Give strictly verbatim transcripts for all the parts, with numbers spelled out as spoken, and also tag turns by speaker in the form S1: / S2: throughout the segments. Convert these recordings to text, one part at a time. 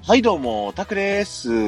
S1: はいどうも、タクです。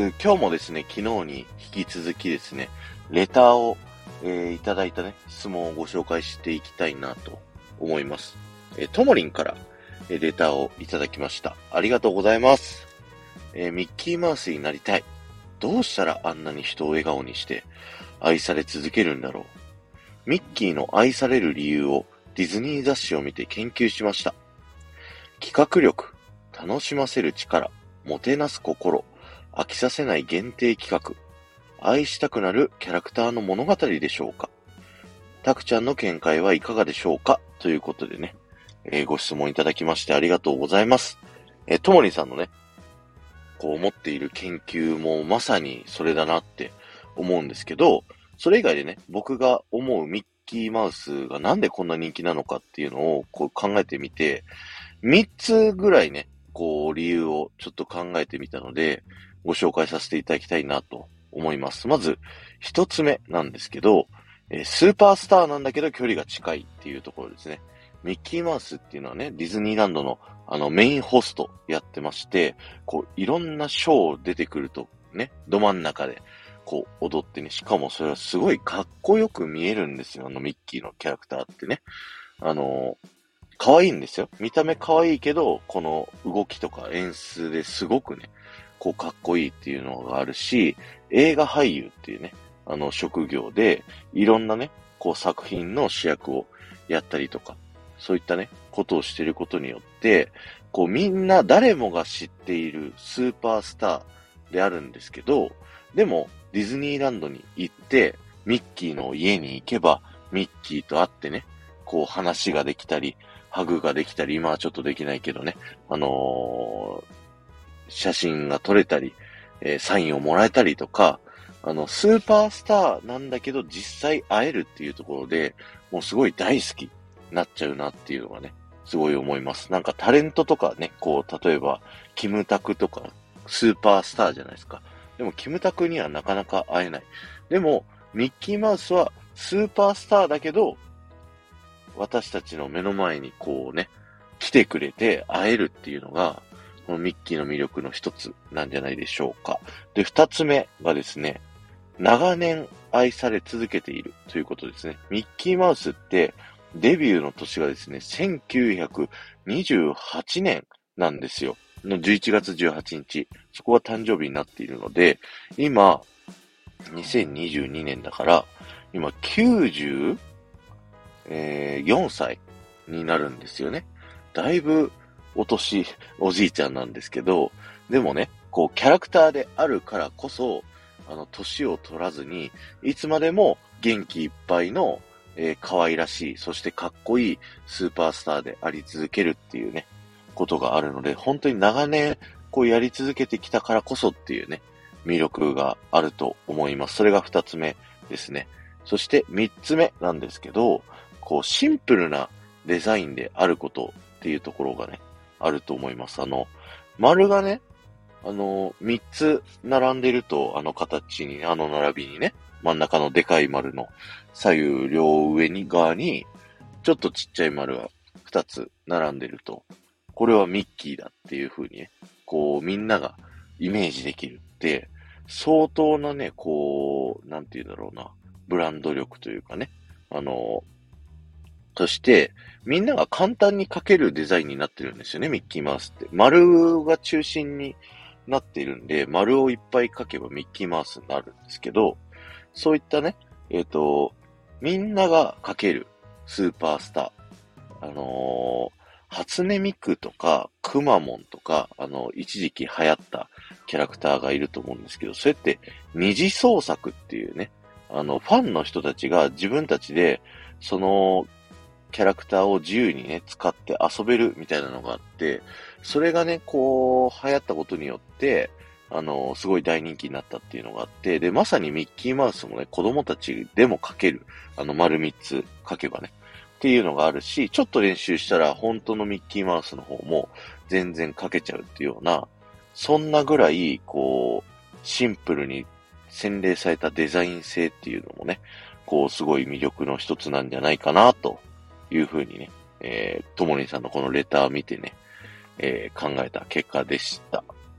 S1: 今日もですね、昨日に引き続きですね、レターを、えーいただいたね、質問をご紹介していきたいなと思います。えーともりんから、えーレターをいただきました。ありがとうございます。えーミッキーマウスになりたい。どうしたらあんなに人を笑顔にして愛され続けるんだろう。ミッキーの愛される理由をディズニー雑誌を見て研究しました。企画力、楽しませる力、もてなす心、飽きさせない限定企画、愛したくなるキャラクターの物語でしょうか。たくちゃんの見解はいかがでしょうかということでね、えーご質問いただきましてありがとうございます。えーともりさんのね、こう思っている研究もまさにそれだなって思うんですけど、それ以外でね、僕が思うミッキーマウスがなんでこんな人気なのかっていうのをこう考えてみて、みっつぐらいね、こう理由をちょっと考えてみたので、ご紹介させていただきたいなと思います。まず、一つ目なんですけど、えースーパースターなんだけど距離が近いっていうところですね。ミッキーマウスっていうのはね、ディズニーランドのあのメインホストやってまして、こういろんなショー出てくるとね、ど真ん中でこう踊ってね、しかもそれはすごいかっこよく見えるんですよ、あのミッキーのキャラクターってね。あのー可愛いんですよ。見た目可愛いけど、この動きとか演出ですごくね、こうかっこいいっていうのがあるし、映画俳優っていうね、あの職業で、いろんなね、こう作品の主役をやったりとか、そういったね、ことをしていることによって、こうみんな誰もが知っているスーパースターであるんですけど、でもディズニーランドに行って、ミッキーの家に行けば、ミッキーと会ってね、こう話ができたり、ハグができたり、今はちょっとできないけどね、あのー写真が撮れたり、えーサインをもらえたりとか、あの、スーパースターなんだけど実際会えるっていうところで、もうすごい大好きになっちゃうなっていうのがね、すごい思います。なんかタレントとかね、こう、例えば、キムタクとか、スーパースターじゃないですか。でも、キムタクにはなかなか会えない。でも、ミッキーマウスはスーパースターだけど、私たちの目の前にこうね、来てくれて会えるっていうのが、このミッキーの魅力の一つなんじゃないでしょうか。で、二つ目がですね、長年愛され続けているということですね。ミッキーマウスってデビューの年がですね、せんきゅうひゃくにじゅうはちねんなんですよ。のじゅういちがつじゅうはちにち。そこが誕生日になっているので、今、にせんにじゅうにねんだから、今きゅうじゅうえー、よんさいになるんですよね。だいぶお年、おじいちゃんなんですけど、でもね、こう、キャラクターであるからこそ、あの、年を取らずに、いつまでも元気いっぱいの、えー、可愛らしい、そしてかっこいいスーパースターであり続けるっていうね、ことがあるので、本当に長年、こうやり続けてきたからこそっていうね、魅力があると思います。それが二つ目ですね。そして三つ目なんですけど、こう、シンプルなデザインであることっていうところがね、あると思います。あの、丸がね、あの、三つ並んでると、あの形に、あの並びにね、真ん中のでかい丸の左右両上に側に、ちょっとちっちゃい丸が二つ並んでると、これはミッキーだっていう風にね、こう、みんながイメージできるって、相当なね、こう、なんて言うんだろうな、ブランド力というかね、あの、そして、みんなが簡単に描けるデザインになってるんですよね、ミッキーマウスって。丸が中心になっているんで、丸をいっぱい描けばミッキーマウスになるんですけど、そういったね、えっと、みんなが描けるスーパースター。あのー初音ミクとか、くまモンとか、あの、一時期流行ったキャラクターがいると思うんですけど、それって二次創作っていうね、あの、ファンの人たちが自分たちで、そのキャラクターを自由にね、使って遊べるみたいなのがあって、それがね、こう、流行ったことによって、あの、すごい大人気になったっていうのがあって、で、まさにミッキーマウスもね、子供たちでも描ける。あの、丸三つ描けばね。っていうのがあるし、ちょっと練習したら、本当のミッキーマウスの方も全然描けちゃうっていうような、そんなぐらい、こう、シンプルに洗練されたデザイン性っていうのもね、こう、すごい魅力の一つなんじゃないかな、というふうにね、えー、ともりんさんのこのレターを見てね、えー、考えた結果でした。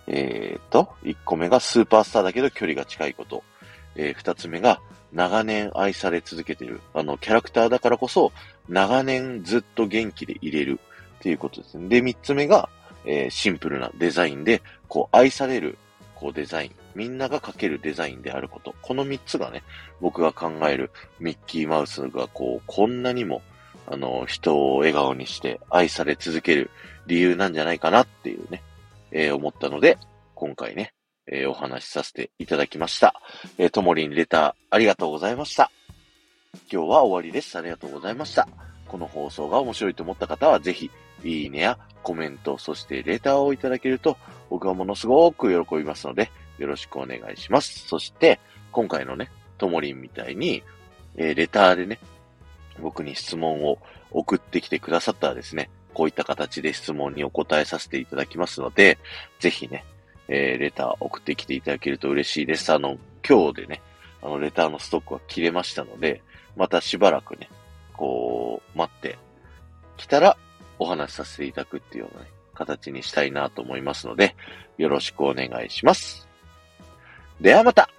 S1: えーと、いっこめがスーパースターだけど距離が近いこと。えー、ふたつめが長年愛され続けてる。あの、キャラクターだからこそ、長年ずっと元気でいれるっていうことですね。で、みっつめが、えーシンプルなデザインで、こう、愛される、こう、デザイン。みんなが描けるデザインであること。このみっつがね、僕が考えるミッキーマウスが、こう、こんなにも、あの、人を笑顔にして愛され続ける理由なんじゃないかなっていうね、えー思ったので、今回ね、えーお話しさせていただきました。えーともりんレターありがとうございました。今日は終わりです。ありがとうございました。この放送が面白いと思った方は、ぜひ、いいねやコメント、そしてレターをいただけると、僕はものすごく喜びますので、よろしくお願いします。そして、今回のね、ともりんみたいに、えーレターでね、僕に質問を送ってきてくださったらですね、こういった形で質問にお答えさせていただきますので、ぜひね、えーレター送ってきていただけると嬉しいです。あの、今日でね、あの、レターのストックは切れましたので、またしばらくね、こう、待ってきたらお話しさせていただくっていうようなね、形にしたいなと思いますので、よろしくお願いします。ではまた